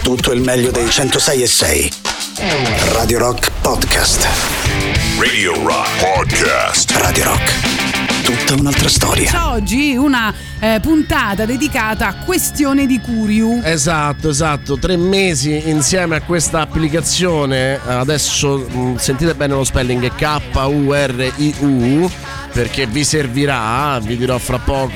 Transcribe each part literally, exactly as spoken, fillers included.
tutto il meglio dei centosei e sei. Radio Rock Podcast. Radio Rock Podcast. Radio Rock. Tutta un'altra storia. Oggi una eh, puntata dedicata a Questione di Curiu. Esatto, esatto. Tre mesi insieme a questa applicazione. Adesso mh, sentite bene lo spelling, è K U R I U, perché vi servirà, vi dirò fra poco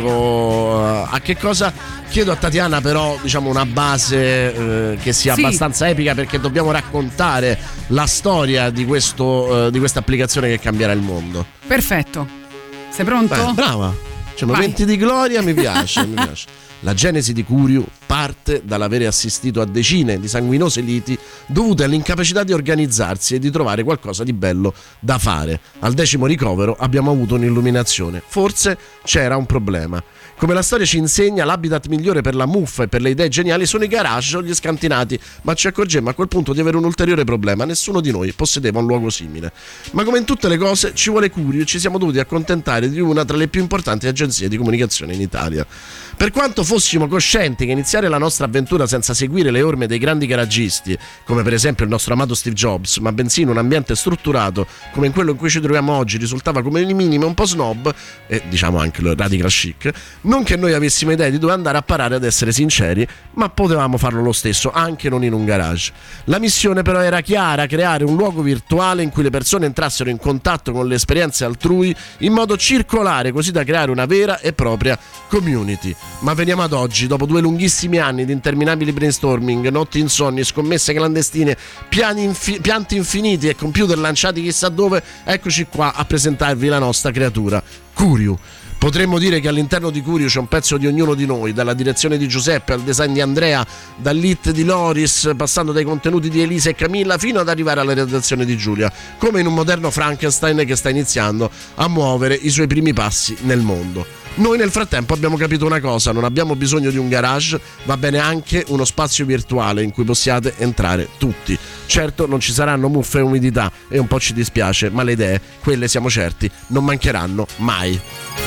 uh, a che cosa. Chiedo a Tatiana però, diciamo, una base eh, che sia sì. abbastanza epica, perché dobbiamo raccontare la storia di questo eh, di questa applicazione che cambierà il mondo. Perfetto. Sei pronto? Beh, brava. Cioè, momenti di gloria mi piace, mi piace. La genesi di Curiu parte dall'avere assistito a decine di sanguinose liti dovute all'incapacità di organizzarsi e di trovare qualcosa di bello da fare. Al decimo ricovero abbiamo avuto un'illuminazione. Forse c'era un problema. Come la storia ci insegna, l'habitat migliore per la muffa e per le idee geniali sono i garage o gli scantinati, ma ci accorgemmo a quel punto di avere un ulteriore problema: nessuno di noi possedeva un luogo simile. Ma come in tutte le cose ci vuole Curiu e ci siamo dovuti accontentare di una tra le più importanti agenzie di comunicazione in Italia. Per quanto fossimo coscienti che iniziare la nostra avventura senza seguire le orme dei grandi garagisti, come per esempio il nostro amato Steve Jobs, ma bensì in un ambiente strutturato come in quello in cui ci troviamo oggi, risultava come minimo un po' snob e diciamo anche lo radical chic, non che noi avessimo idea di dove andare a parare ad essere sinceri, ma potevamo farlo lo stesso, anche non in un garage. La missione però era chiara: creare un luogo virtuale in cui le persone entrassero in contatto con le esperienze altrui in modo circolare, così da creare una vera e propria community. Ma veniamo ad oggi, dopo due lunghissimi anni di interminabili brainstorming, notti insonni, scommesse clandestine, piani infi- pianti infiniti e computer lanciati chissà dove, eccoci qua a presentarvi la nostra creatura, Curiu. Potremmo dire che all'interno di Curiu c'è un pezzo di ognuno di noi, dalla direzione di Giuseppe al design di Andrea, dall'hit di Loris, passando dai contenuti di Elisa e Camilla, fino ad arrivare alla redazione di Giulia, come in un moderno Frankenstein che sta iniziando a muovere i suoi primi passi nel mondo. Noi nel frattempo abbiamo capito una cosa: non abbiamo bisogno di un garage, va bene anche uno spazio virtuale in cui possiate entrare tutti. Certo non ci saranno muffe e umidità e un po' ci dispiace, ma le idee, quelle siamo certi, non mancheranno mai.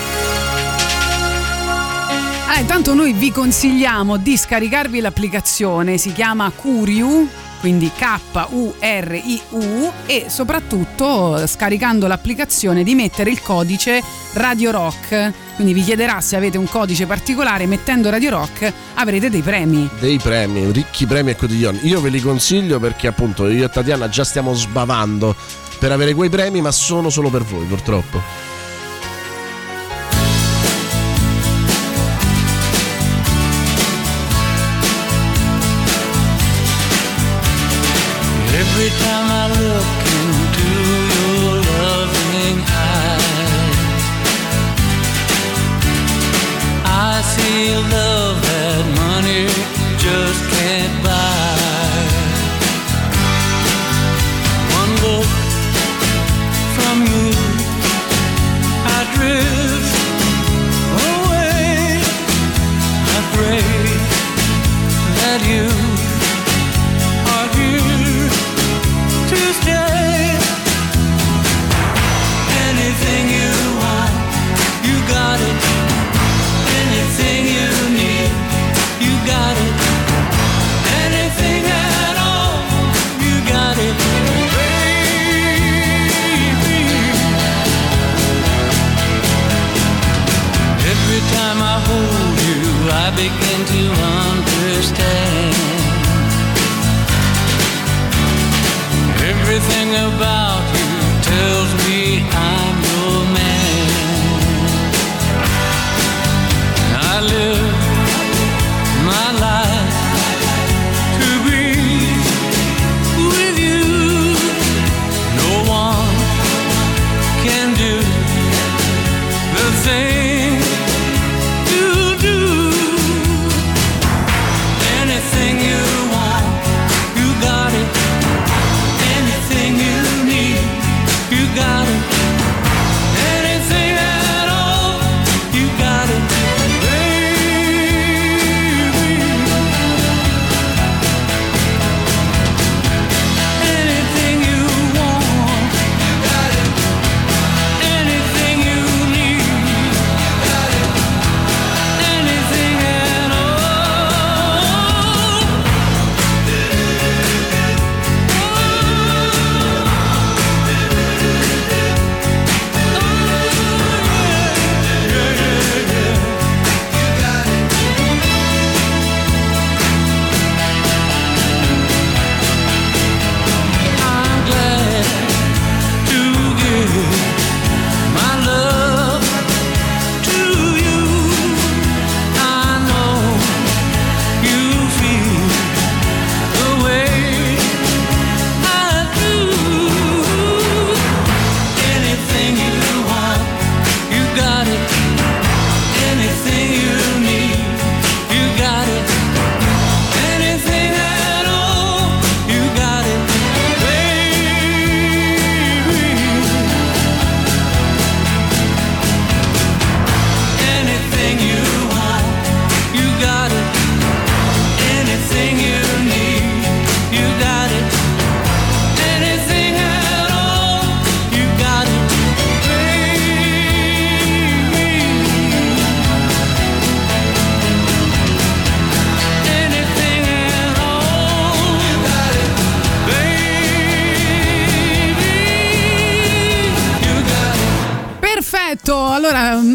Ah, intanto noi vi consigliamo di scaricarvi l'applicazione, si chiama Curiu, quindi K U R I U, e soprattutto scaricando l'applicazione di mettere il codice Radio Rock. Quindi vi chiederà se avete un codice particolare, mettendo Radio Rock avrete dei premi. Dei premi, ricchi premi e quotidiani. Io ve li consiglio perché appunto io e Tatiana già stiamo sbavando per avere quei premi, ma sono solo per voi purtroppo. Every time I look into your loving eyes, I see a love that money just can't buy. One look from you, I drift away. I pray that you are here to stay. Anything you want, you got it. Anything you need, you got it.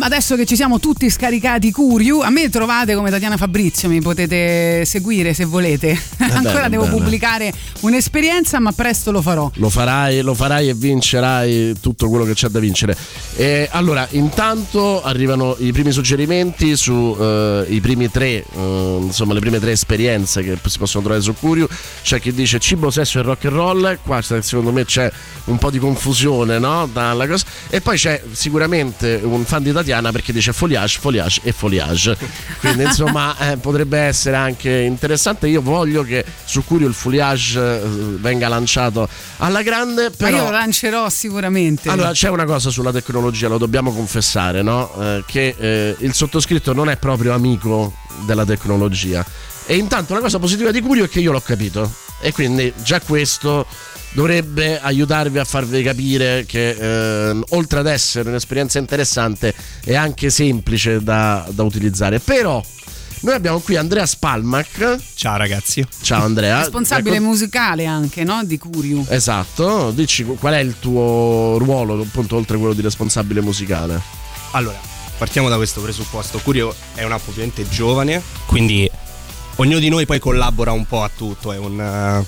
adesso che ci siamo tutti scaricati Curiu, a me trovate come Tatiana Fabrizio, mi potete seguire se volete. Ancora bene, devo bene. pubblicare un'esperienza, ma presto lo farò. Lo farai, lo farai e vincerai tutto quello che c'è da vincere. E allora, intanto arrivano i primi suggerimenti su uh, i primi tre, uh, insomma, le prime tre esperienze che si possono trovare su Curiu. C'è chi dice cibo, sesso e rock and roll. Qua secondo me c'è un po' di confusione, no? Dalla cosa. E poi c'è sicuramente un fan di Tatiana perché dice foliage, foliage e foliage. Quindi insomma eh, potrebbe essere anche interessante. Io voglio che su Curiu il foliage eh, venga lanciato alla grande, però ma io lo lancerò sicuramente. Allora c'è una cosa sulla tecnologia, lo dobbiamo confessare, no? Eh, che eh, il sottoscritto non è proprio amico della tecnologia. E intanto una cosa positiva di Curiu è che io l'ho capito, e quindi già questo dovrebbe aiutarvi a farvi capire che eh, oltre ad essere un'esperienza interessante è anche semplice da, da utilizzare. Però noi abbiamo qui Andrea Spalmach. Ciao ragazzi. Ciao Andrea. Responsabile ecco. musicale anche, no? Di Curiu. Esatto, dici qual è il tuo ruolo, appunto, oltre quello di responsabile musicale? Allora, partiamo da questo presupposto. Curiu è un'app ovviamente giovane, quindi ognuno di noi poi collabora un po' a tutto, è un,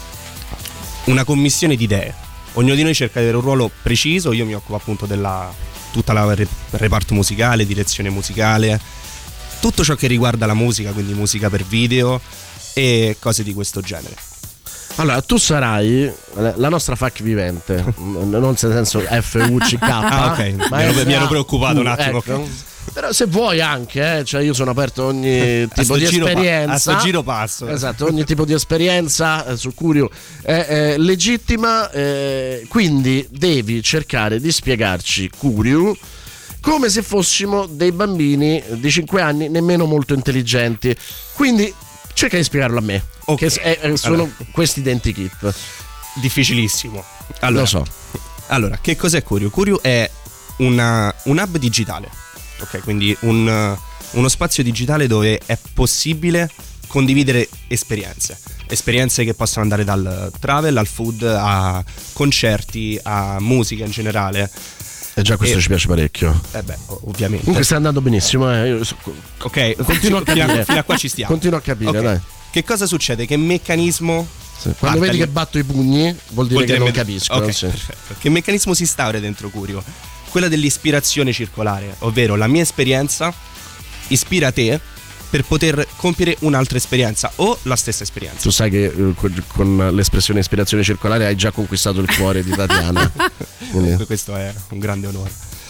una commissione di idee. Ognuno di noi cerca di avere un ruolo preciso. Io mi occupo appunto della tutta la re, reparto musicale, direzione musicale, tutto ciò che riguarda la musica, quindi musica per video e cose di questo genere. Allora, tu sarai la nostra F A Q vivente, non nel senso F U C K. Ah, ok, ma mi ero, è- mi ero preoccupato un attimo. Ecco. Però se vuoi anche, eh, cioè io sono aperto a ogni tipo sto di giro pa- esperienza. a sto giro passo. Esatto, ogni tipo di esperienza eh, su Curiu è, è legittima, eh, quindi devi cercare di spiegarci Curiu come se fossimo dei bambini di cinque anni nemmeno molto intelligenti. Quindi cerca di spiegarlo a me, Ok. che è- è- sono Allora. questi identikit. Difficilissimo. Allora, Lo so. Allora, che cos'è Curiu? Curiu è una, un hub digitale, ok? Quindi un, uh, uno spazio digitale dove è possibile condividere esperienze. Esperienze che possono andare dal travel al food a concerti, a musica in generale. E già questo E- ci piace parecchio. Eh beh, ovviamente. Comunque sta andando benissimo, eh. Io so- Ok, continuo a fino a, capire. fino a qua ci stiamo. Continuo a capire, Ok. dai. Che cosa succede? Che meccanismo Sì. Quando Parte vedi lì. che batto i pugni vuol dire Vuol che dire non med- capisco. Ok, non so. perfetto. Che meccanismo si instaura dentro Curiu? Quella dell'ispirazione circolare, ovvero la mia esperienza ispira te per poter compiere un'altra esperienza o la stessa esperienza. Tu sai che eh, con- con l'espressione ispirazione circolare hai già conquistato il cuore di Tatiana. Quindi- Questo è un grande onore.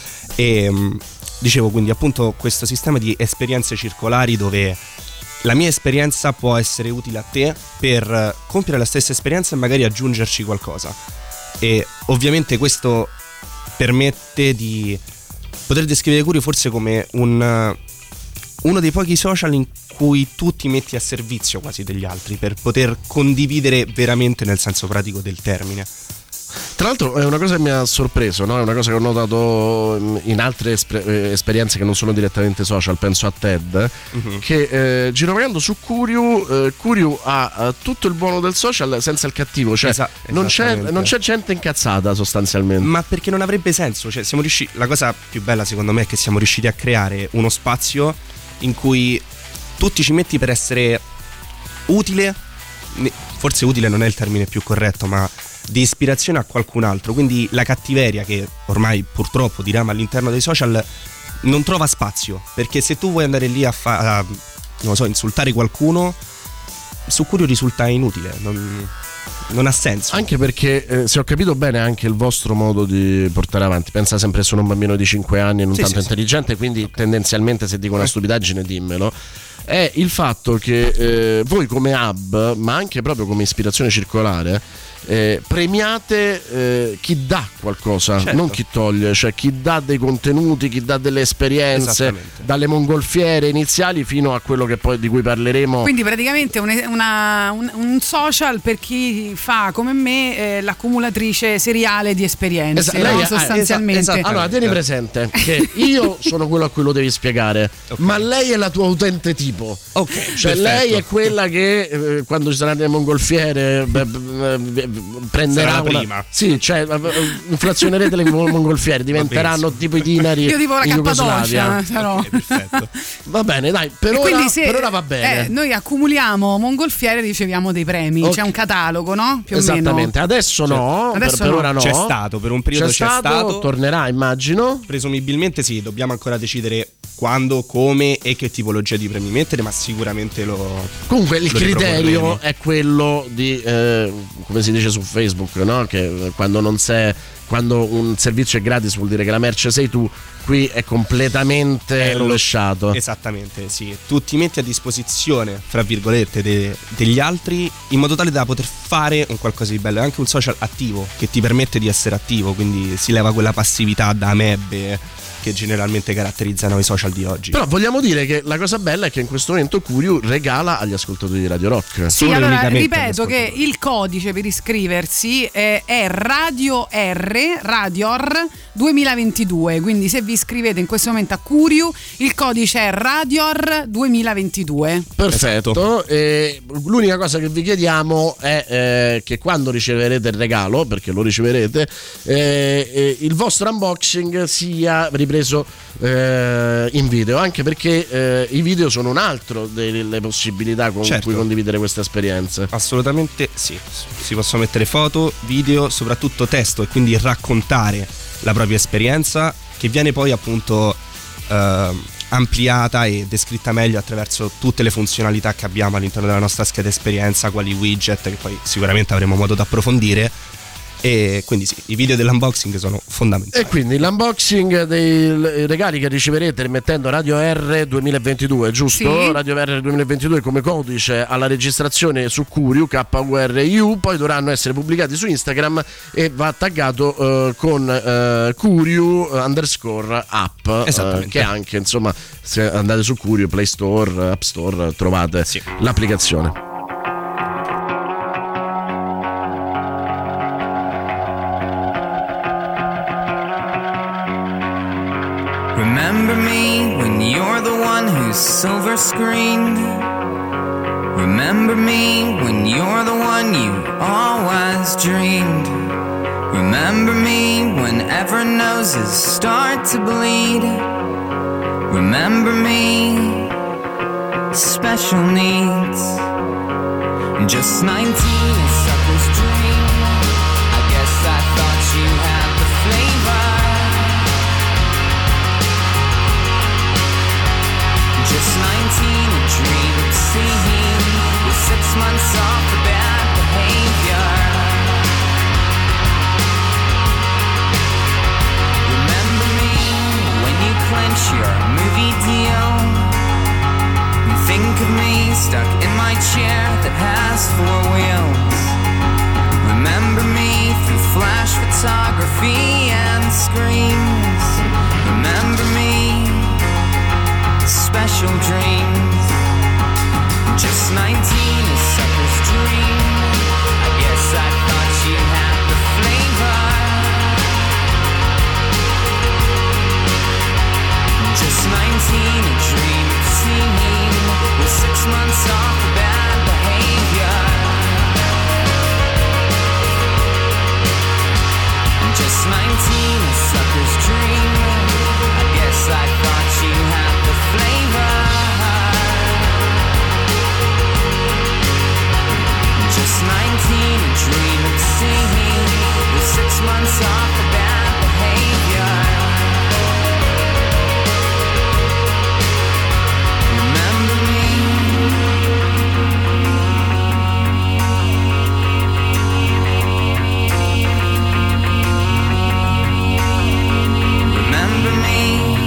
E mh, dicevo quindi appunto questo sistema di esperienze circolari dove la mia esperienza può essere utile a te per eh, compiere la stessa esperienza e magari aggiungerci qualcosa. E ovviamente questo permette di poter descrivere Curiu forse come un, eh, uno dei pochi social in cui tu ti metti a servizio quasi degli altri per poter condividere veramente nel senso pratico del termine. Tra l'altro è una cosa che mi ha sorpreso, no? È una cosa che ho notato mm, in altre esper- eh, esperienze che non sono direttamente social, penso a TED, Mhm. che eh, girovagando su Curiu, eh, Curiu ha eh, tutto il buono del social senza il cattivo, cioè Esa- non, c'è, esattamente. non c'è gente incazzata sostanzialmente. Ma perché non avrebbe senso? Cioè, siamo riusciti. La cosa più bella, secondo me, è che siamo riusciti a creare uno spazio in cui tu ti ci metti per essere utile. ne- Forse utile non è il termine più corretto, ma di ispirazione a qualcun altro. Quindi la cattiveria, che ormai purtroppo dirama all'interno dei social, non trova spazio. Perché se tu vuoi andare lì a, fa- a non lo so, insultare qualcuno, su Curiu risulta inutile. Non, non ha senso. Anche perché, eh, se ho capito bene, anche il vostro modo di portare avanti, pensa sempre che sono un bambino di cinque anni e non Sì, tanto sì, sì. intelligente, quindi tendenzialmente se dico una stupidaggine dimmelo, è il fatto che eh, voi come hub, ma anche proprio come ispirazione circolare, eh, premiate eh, chi dà qualcosa, Certo. non chi toglie, cioè chi dà dei contenuti, chi dà delle esperienze, Esattamente. dalle mongolfiere iniziali fino a quello che poi di cui parleremo. Quindi praticamente un, una- un- un social per chi fa come me eh, l'accumulatrice seriale di esperienze, Esa- no? lei è- sostanzialmente. esa- esatto. Allora, tieni presente che io sono quello a cui lo devi spiegare, Ok. ma lei è la tua utente tipo. Ok, Cioè, perfetto. lei è quella che eh, quando ci saranno le mongolfiere beh, beh, prenderà una, prima. sì, cioè inflazionerete le mongolfiere, diventeranno tipo i dinari. Io tipo la in Cappadocia sarò. Okay, perfetto. Va bene, dai, per, E ora, quindi se, per ora va bene. Eh, noi accumuliamo mongolfiere e riceviamo dei premi. Okay. C'è un catalogo, no? Più o Esattamente, meno. adesso no, Adesso per, per no. ora no. C'è stato, per un periodo c'è, c'è, stato, stato. tornerà immagino. Presumibilmente sì, dobbiamo ancora decidere quando, come e che tipologia di premi mettere, ma sicuramente lo Comunque il lo criterio riproporremo. è quello di eh, come si dice su Facebook, no? Che quando non sei, quando un servizio è gratis vuol dire che la merce sei tu. Qui è completamente È lo- rovesciato. Esattamente, sì. Tu ti metti a disposizione, fra virgolette, de- degli altri in modo tale da poter fare un qualcosa di bello. È anche un social attivo che ti permette di essere attivo, quindi si leva quella passività da amebbe che generalmente caratterizzano i social di oggi. Però vogliamo dire che la cosa bella è che in questo momento Curiu regala agli ascoltatori di Radio Rock. Sì, Solo allora unicamente ripeto agli che ascoltatori. il codice per iscriversi è, è Radio R, Radior duemilaventidue, quindi se vi iscrivete in questo momento a Curiu il codice è Radior duemilaventidue. Perfetto. Esatto. E l'unica cosa che vi chiediamo è eh, che quando riceverete il regalo, perché lo riceverete, eh, eh, il vostro unboxing sia ripreso eh, in video, anche perché eh, i video sono un altro delle possibilità con Certo. cui condividere queste esperienze. Assolutamente sì, si possono mettere foto, video, soprattutto testo e quindi raccontare la propria esperienza che viene poi appunto eh, ampliata e descritta meglio attraverso tutte le funzionalità che abbiamo all'interno della nostra scheda esperienza, quali widget che poi sicuramente avremo modo di approfondire. E quindi sì, i video dell'unboxing sono fondamentali. E quindi l'unboxing dei regali che riceverete mettendo Radio R duemilaventidue, giusto? Sì. Radio R duemilaventidue come codice alla registrazione su Curiu, K U R I U, poi dovranno essere pubblicati su Instagram e va taggato eh, con eh, Curiu underscore app, Esattamente. eh, che anche, insomma, se andate su Curiu, Play Store, App Store, trovate Sì. l'applicazione. Remember me when you're the one who's silver screened. Remember me when you're the one you always dreamed. Remember me whenever noses start to bleed. Remember me, special needs. Just nineteen, a sucker's dream. I guess I thought you had the flavor. Just nineteen, a dream of seeing with six months off for bad behavior. Remember me when you clench your movie deal. And think of me stuck in my chair that has four wheels. Remember me through flash photography and screens. Remember me, special dreams. Just nineteen, a sucker's dream. I guess I thought you had the flavor. Just nineteen, a dream of seeing with six months off for bad behavior. Just nineteen, a sucker's dream. I guess I thought you had the flavor. Just nineteen, a dream of seeing with six months off for bad behavior. Remember me. Remember me.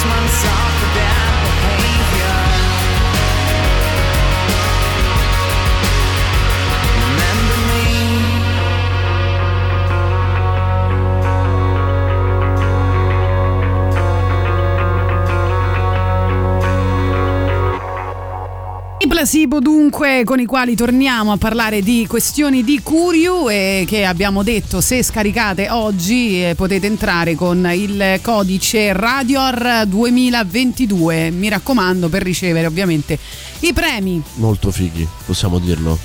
months off for bad behavior. Remember me. I Placebo dunque, con i quali torniamo a parlare di questioni di Curiu, e che abbiamo detto se scaricate oggi eh, potete entrare con il codice Radior duemilaventidue, mi raccomando, per ricevere ovviamente i premi. Molto fighi, possiamo dirlo.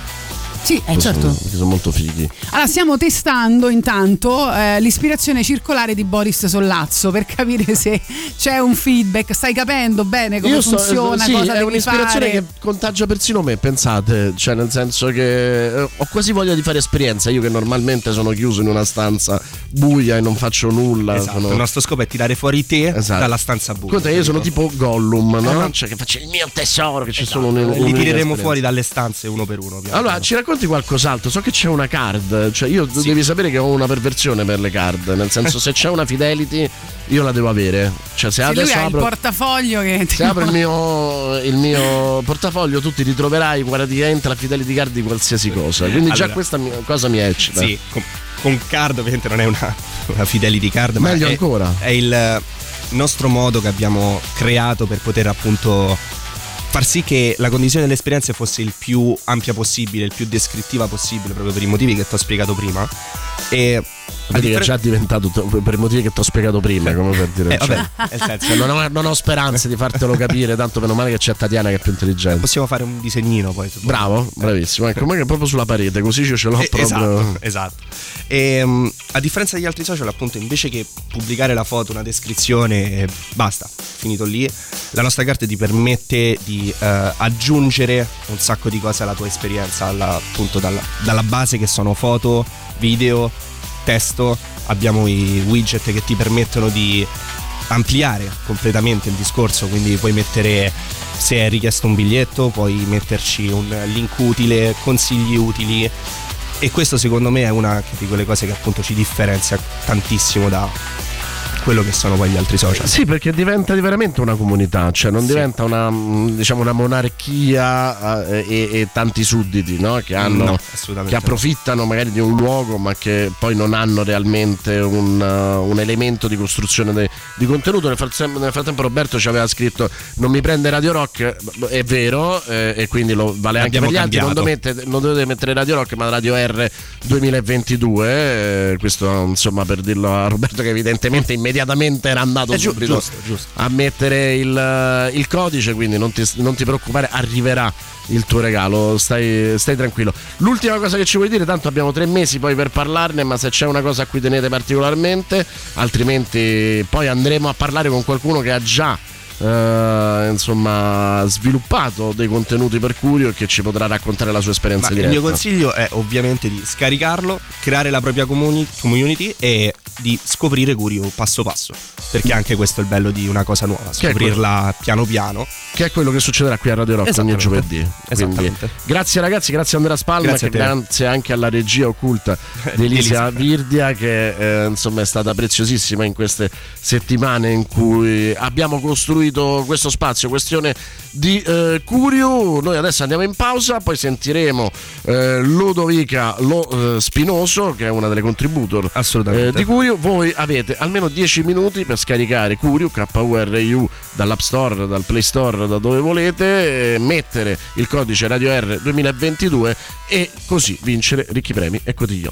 Sì, eh, certo. Sono, sono molto fighi. Allora, stiamo testando intanto eh, l'ispirazione circolare di Boris Sollazzo per capire se c'è un feedback. Stai capendo bene come Io sto- funziona, sì, cosa è devi un'ispirazione fare? che contagia persino me, pensate, cioè nel senso che eh, ho quasi voglia di fare esperienza, io che normalmente sono chiuso in una stanza buia e non faccio nulla. Esatto, sono- il nostro scopo è tirare fuori te Esatto. dalla stanza buia. Conta, io sono tipo Gollum, no? Ah. Cioè che faccio il mio tesoro, che c'è Esatto, solo un, li un'unica tireremo esperienza. fuori dalle stanze uno per uno. ovviamente. Allora, ci racconti qualcos'altro? So che c'è una card, cioè io Sì. devi sapere che ho una perversione per le card, nel senso se c'è una Fidelity io la devo avere. Cioè se Se lui adesso ha il apro, portafoglio che se apro il mio, il mio portafoglio, tu ti ritroverai praticamente la Fidelity card di qualsiasi cosa. Quindi già Allora, questa mi- cosa mi eccita. Sì, con, con card ovviamente non è una, una Fidelity card, ma Meglio è, ancora. è il nostro modo che abbiamo creato per poter appunto far sì che la condivisione delle esperienze fosse il più ampia possibile, il più descrittiva possibile, proprio per i motivi che ti ho spiegato prima. E a Vedi che è differ- già diventato to- per i motivi che ti ho spiegato prima, come per dire. Eh, cioè, vabbè, nel senso, cioè, non, ho, non ho speranze di fartelo capire, tanto meno male che c'è Tatiana che è più intelligente. possiamo fare un disegnino poi. se vuoi. Bravo, bravissimo. Ecco, ma che è proprio sulla parete, così io ce l'ho Eh, proprio. Esatto, esatto. E, um, a differenza degli altri social, appunto, invece che pubblicare la foto, una descrizione, eh, basta, finito lì. La nostra carta ti permette di eh, aggiungere un sacco di cose alla tua esperienza, alla- appunto dalla, dalla base che sono foto, video, testo. Abbiamo i widget che ti permettono di ampliare completamente il discorso, quindi puoi mettere, se è richiesto un biglietto, puoi metterci un link utile, consigli utili, e questo secondo me è una di quelle cose che appunto ci differenzia tantissimo da quello che sono poi gli altri social. Sì, perché diventa veramente una comunità, cioè non Sì. diventa una, mh, diciamo, una monarchia eh, e, e tanti sudditi, no? Che hanno, No, assolutamente che approfittano magari di un luogo, ma che poi non hanno realmente un, uh, un elemento di costruzione de- di contenuto. Nel frattempo, nel frattempo Roberto ci aveva scritto: non mi prende Radio Rock, è vero, eh, e quindi lo vale anche Abbiamo per gli altri. Non, cambiato. dovete, non dovete mettere Radio Rock, ma Radio R duemilaventidue. Eh, questo insomma per dirlo a Roberto, che evidentemente immediatamente era andato È giu- subito giusto, giusto. a mettere il, il codice, quindi non ti, non ti preoccupare, arriverà il tuo regalo, stai, stai tranquillo. L'ultima cosa che ci vuoi dire, tanto abbiamo tre mesi poi per parlarne, ma se c'è una cosa a cui tenete particolarmente, altrimenti poi andremo a parlare con qualcuno che ha già eh, insomma sviluppato dei contenuti per Curio e che ci potrà raccontare la sua esperienza Ma il diretta. mio consiglio è ovviamente di scaricarlo, creare la propria comuni- community e di scoprire Curio passo passo, perché anche questo è il bello di una cosa nuova, Che è scoprirla piano piano. Che è quello che succederà qui a Radio Rock ogni Esattamente. giovedì. Quindi, Esattamente. grazie ragazzi, grazie a Andrea Spalma, Grazie che a te. grazie anche alla regia occulta di Elisa Elisa. Virdia, che eh, insomma è stata preziosissima in queste settimane in cui abbiamo costruito questo spazio, questione di eh, Curio. Noi adesso andiamo in pausa, poi sentiremo eh, Lodovica Lo eh, Spinoso, che è una delle contributor Assolutamente. eh, di Curio. Voi avete almeno dieci minuti per scaricare Curio, K U R I U, dall'App Store, dal Play Store, da dove volete, eh, mettere il codice Radio R duemilaventidue e così vincere ricchi premi e cotillon.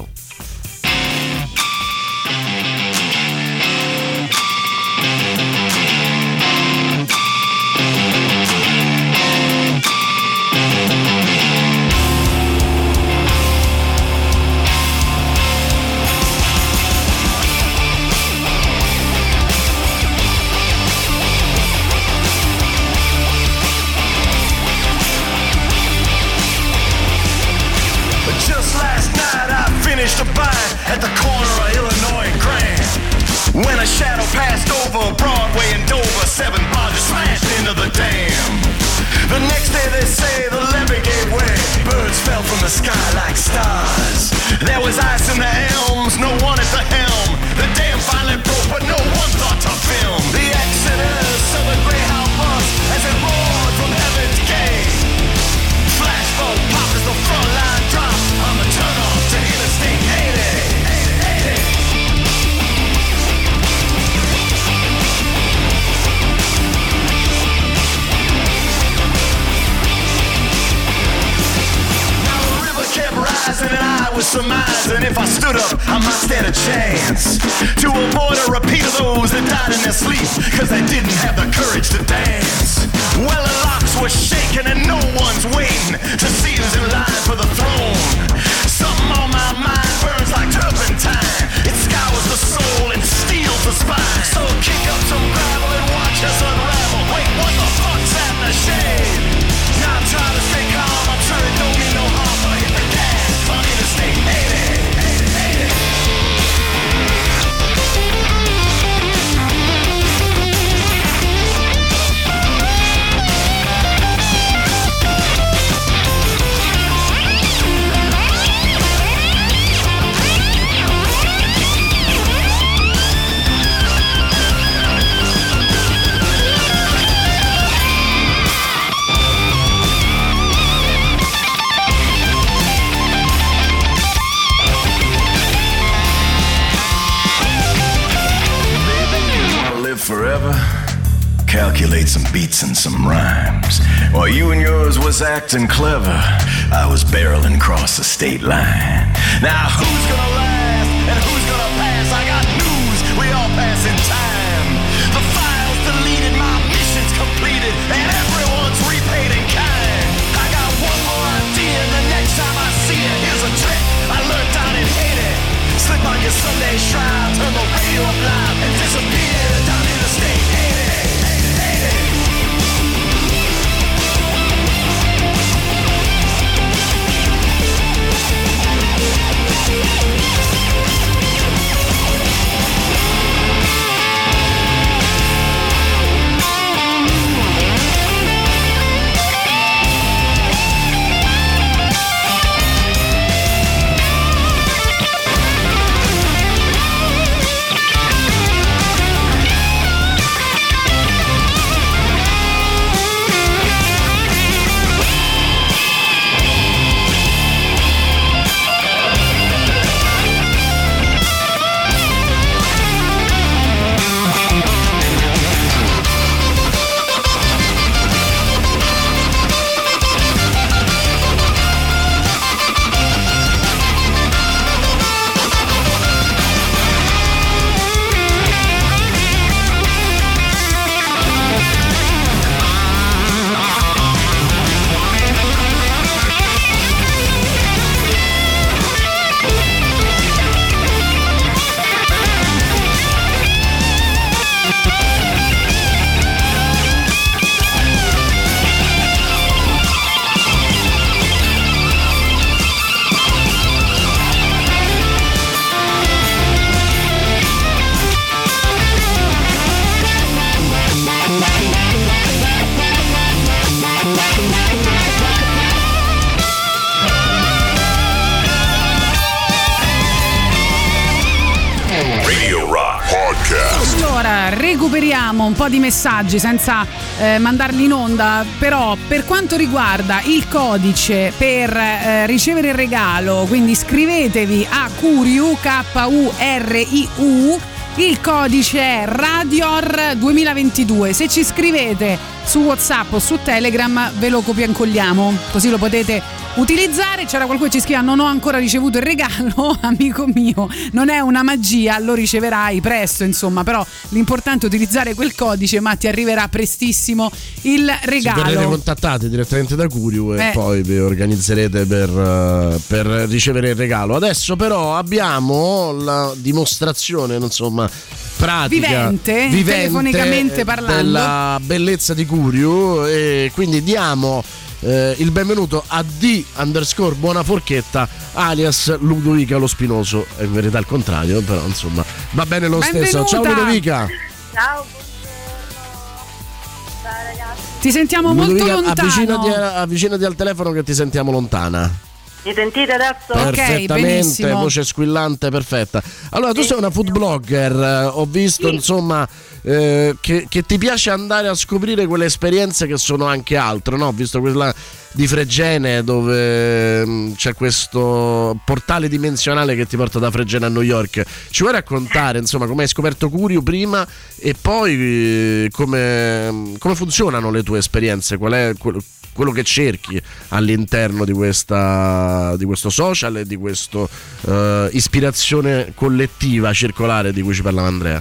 Just last night I finished a bite at the corner of Illinois and Grand. When a shadow passed over Broadway and Dover, seven barges smashed into the dam. The next day they say the levee gave way. Birds fell from the sky like stars. There was ice in the elms, no one at the helm. The dam finally broke, but no one thought to film. The accident chance to avoid a repeat of those that died in their sleep, cause they didn't have the courage to dance. Well, the locks were shaking and no one's waiting to see who's in line for the throne. Something on my mind burns like turpentine. It scours the soul and steals the spine. So kick up some gravel and watch us unravel. Wait, what the fuck's that in the shade? Now I'm trying to stay calm, I'm sure it don't mean no harm, but I hit the gas on Interstate eighty. Forever, calculate some beats and some rhymes. While you and yours was acting clever, I was barreling across the state line. Now who's gonna last and who's gonna pass? I got news, we all pass in time. The file's deleted, my mission's completed, and everyone's repaid in kind. I got one more idea, and the next time I see it, here's a trick I learned down in Haiti. Slip on your Sunday shroud, turn the radio up loud, and disappear down in the state. Allora, recuperiamo un po' di messaggi senza eh, mandarli in onda, però per quanto riguarda il codice per eh, ricevere il regalo, quindi iscrivetevi a Curiu, K U R I U, il codice è Radior duemilaventidue. Se ci scrivete su WhatsApp o su Telegram ve lo copiancolliamo, così lo potete utilizzare. C'era qualcuno che ci scrive: non ho ancora ricevuto il regalo. Amico mio, non è una magia, lo riceverai presto, insomma, però l'importante è utilizzare quel codice, ma ti arriverà prestissimo il regalo. Verrete contattati direttamente da Curiu e eh. poi vi organizzerete per, uh, per ricevere il regalo. Adesso però abbiamo la dimostrazione, insomma, pratica, vivente, vivente telefonicamente parlando, della bellezza di Curiu, e quindi diamo Eh, il benvenuto a D underscore buona forchetta alias Ludovica Lo Spinoso. È in verità il contrario, però insomma va bene lo Benvenuta. stesso. Ciao Ludovica. Ciao, ciao ragazzi. Ti sentiamo Ludovica, molto lontano. avvicinati, avvicinati al telefono che ti sentiamo lontana. Mi sentite adesso? Perfettamente, benissimo. voce squillante, perfetta. Allora, tu sei una food blogger, eh, ho visto, sì, insomma, eh, che, che ti piace andare a scoprire quelle esperienze che sono anche altro, no? Ho visto quella di Fregene dove mh, c'è questo portale dimensionale che ti porta da Fregene a New York. Ci vuoi raccontare, insomma, come hai scoperto Curiu prima e poi eh, come, come funzionano le tue esperienze? Qual è, qual, quello che cerchi all'interno di questa di questo social e di questa uh, ispirazione collettiva circolare di cui ci parlava Andrea.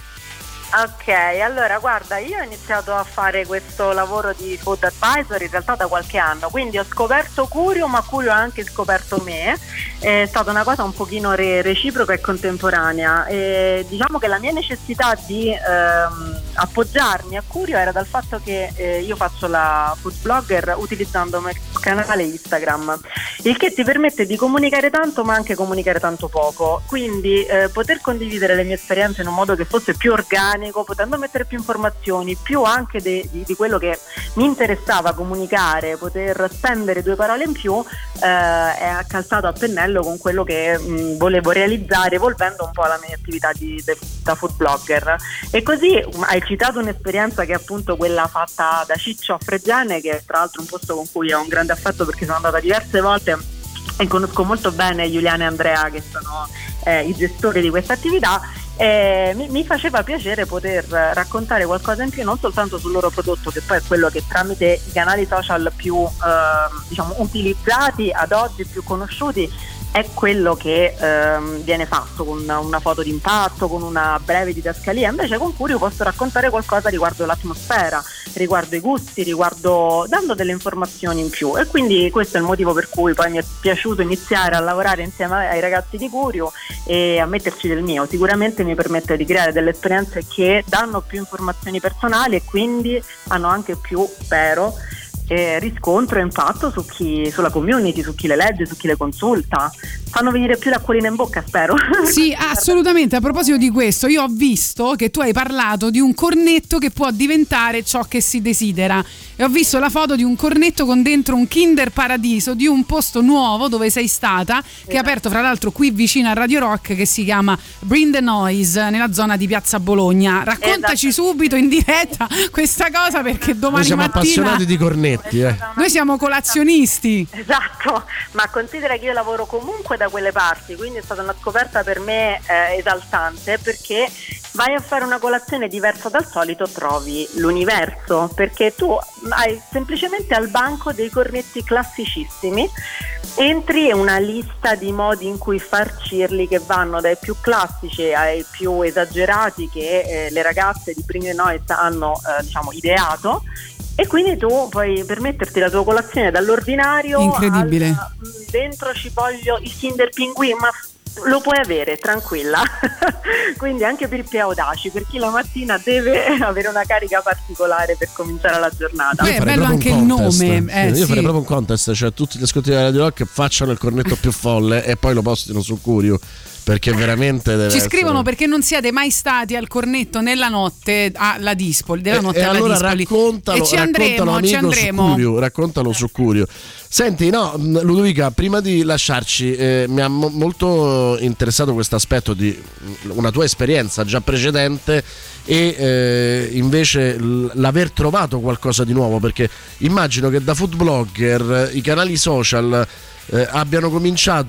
Ok, allora guarda, io ho iniziato a fare questo lavoro di food advisor in realtà da qualche anno, quindi ho scoperto Curio, ma Curio ha anche scoperto me. È stata una cosa un pochino re- reciproca e contemporanea, e diciamo che la mia necessità di ehm, appoggiarmi a Curio era dal fatto che eh, io faccio la food blogger utilizzando il canale Instagram, il che ti permette di comunicare tanto ma anche comunicare tanto poco, quindi eh, poter condividere le mie esperienze in un modo che fosse più organico, potendo mettere più informazioni, più anche de- di, di quello che mi interessava comunicare, poter spendere due parole in più, eh, è calzato a pennello con quello che mh, volevo realizzare, evolvendo un po' la mia attività di, de, da food blogger. E così um, hai citato un'esperienza che è appunto quella fatta da Ciccio a Freggiane, che è tra l'altro un posto con cui ho un grande affetto perché sono andata diverse volte e conosco molto bene Giuliana e Andrea, che sono eh, i gestori di questa attività. Eh, mi, mi faceva piacere poter raccontare qualcosa in più, non soltanto sul loro prodotto, che poi è quello che tramite i canali social più eh, diciamo utilizzati ad oggi, più conosciuti, è quello che ehm, viene fatto con una foto d'impatto, con una breve didascalia. Invece con Curio posso raccontare qualcosa riguardo l'atmosfera, riguardo i gusti, riguardo dando delle informazioni in più, e quindi questo è il motivo per cui poi mi è piaciuto iniziare a lavorare insieme ai ragazzi di Curio e a metterci del mio. Sicuramente mi permette di creare delle esperienze che danno più informazioni personali e quindi hanno anche più, spero, Eh, riscontro e impatto su chi, sulla community, su chi le legge, su chi le consulta. Fanno venire più l'acquolina in bocca, spero. Sì, assolutamente. A proposito di questo, io ho visto che tu hai parlato di un cornetto che può diventare ciò che si desidera, e ho visto la foto di un cornetto con dentro un Kinder Paradiso di un posto nuovo dove sei stata, che è aperto fra l'altro qui vicino a Radio Rock, che si chiama Bring the Noise, nella zona di Piazza Bologna. Raccontaci esatto. subito in diretta questa cosa, perché domani Noi siamo mattina appassionati di cornetti. Eh. Noi siamo colazionisti. Esatto, ma considera che io lavoro comunque da quelle parti, quindi è stata una scoperta per me eh, esaltante, perché vai a fare una colazione diversa dal solito, trovi l'universo, perché tu hai semplicemente al banco dei cornetti classicissimi, entri e una lista di modi in cui farcirli che vanno dai più classici ai più esagerati che eh, le ragazze di Bring the Noise hanno eh, diciamo ideato. E quindi tu puoi permetterti la tua colazione dall'ordinario. Incredibile. Al, dentro ci voglio il Kinder Pinguin, ma lo puoi avere tranquilla. Quindi anche per i più audaci, per chi la mattina deve avere una carica particolare per cominciare la giornata. Beh, è bello anche il nome. Eh, io sì. farei proprio un contest, cioè tutti gli ascoltatori della Radio Rock facciano il cornetto più folle e poi lo postino su Curio, perché veramente deve ci scrivono essere... perché non siete mai stati al cornetto nella notte alla Dispoli, della notte e, alla e allora Dispoli. raccontalo, E ci andremo, raccontalo, ci amico, andremo. su Curio, raccontalo su Curio. Senti, no, Ludovica, prima di lasciarci, eh, mi ha mo- molto interessato questo aspetto di una tua esperienza già precedente e eh, invece l- l'aver trovato qualcosa di nuovo, perché immagino che da food blogger i canali social Eh, abbiano cominciato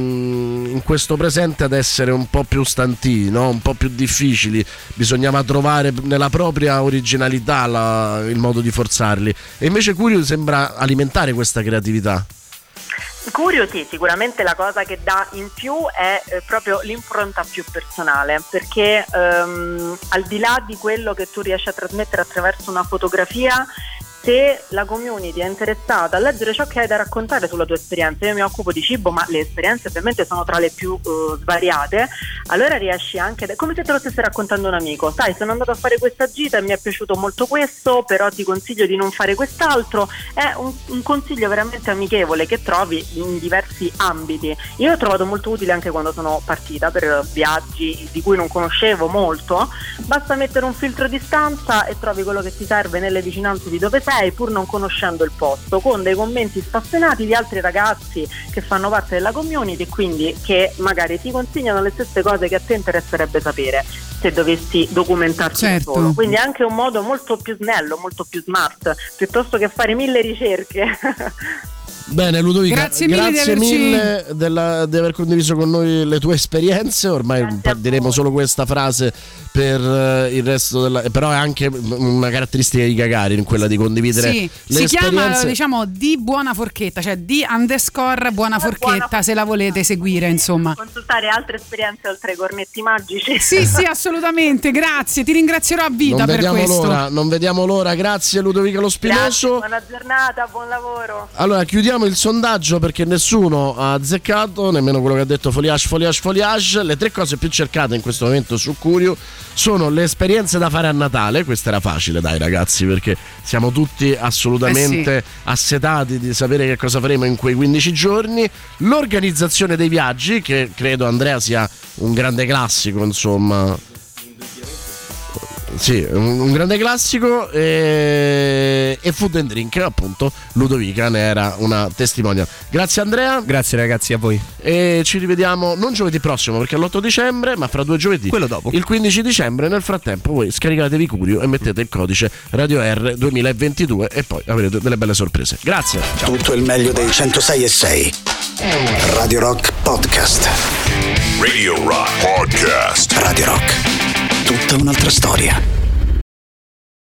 in, in questo presente ad essere un po' più stanti, no? Un po' più difficili, bisognava trovare nella propria originalità la, il modo di forzarli, e invece Curio sembra alimentare questa creatività. Curio sì, sicuramente la cosa che dà in più è eh, proprio l'impronta più personale, perché ehm, al di là di quello che tu riesci a trasmettere attraverso una fotografia, se la community è interessata a leggere ciò che hai da raccontare sulla tua esperienza, io mi occupo di cibo ma le esperienze ovviamente sono tra le più uh, svariate, allora riesci anche, come se te lo stessi raccontando un amico, sai, sono andato a fare questa gita e mi è piaciuto molto questo, però ti consiglio di non fare quest'altro. È un, un consiglio veramente amichevole che trovi in diversi ambiti. Io l'ho trovato molto utile anche quando sono partita per viaggi di cui non conoscevo molto, basta mettere un filtro di stanza e trovi quello che ti serve nelle vicinanze di dove sei, pur non conoscendo il posto, con dei commenti spassionati di altri ragazzi che fanno parte della community e quindi che magari ti consigliano le stesse cose che a te interesserebbe sapere se dovessi documentarti certo. solo. Quindi è anche un modo molto più snello, molto più smart, piuttosto che fare mille ricerche. Bene Ludovica, grazie mille, grazie di, averci... mille della, di aver condiviso con noi le tue esperienze. Ormai diremo solo questa frase per uh, il resto della... però è anche una caratteristica di Gagarin quella di condividere sì, le si esperienze. chiama diciamo di buona forchetta, cioè di underscore buona forchetta, buona se la volete seguire, insomma consultare altre esperienze oltre ai cornetti magici. Sì sì assolutamente, grazie, ti ringrazierò a vita non per vediamo questo l'ora, non vediamo l'ora. Grazie Ludovica Lo Spinoso. Grazie, buona giornata, buon lavoro. Allora chiudiamo il sondaggio perché nessuno ha azzeccato, nemmeno quello che ha detto Foliage, Foliage, Foliage. Le tre cose più cercate in questo momento su Curio sono le esperienze da fare a Natale. Questa era facile, dai ragazzi, perché siamo tutti assolutamente eh sì. assetati di sapere che cosa faremo in quei quindici giorni. L'organizzazione dei viaggi, che credo Andrea sia un grande classico, insomma. Sì, un, un grande classico e, e food and drink, appunto Ludovica ne era una testimonial. Grazie Andrea. Grazie ragazzi, a voi. E ci rivediamo non giovedì prossimo perché è l'otto dicembre, ma fra due giovedì, quello dopo, il quindici dicembre. Nel frattempo voi scaricatevi Curio e mettete il codice Radio R duemilaventidue e poi avrete delle belle sorprese. Grazie. Ciao. Tutto il meglio dei centosei e sei Radio Rock Podcast. Radio Rock Podcast. Radio Rock, tutta un'altra storia.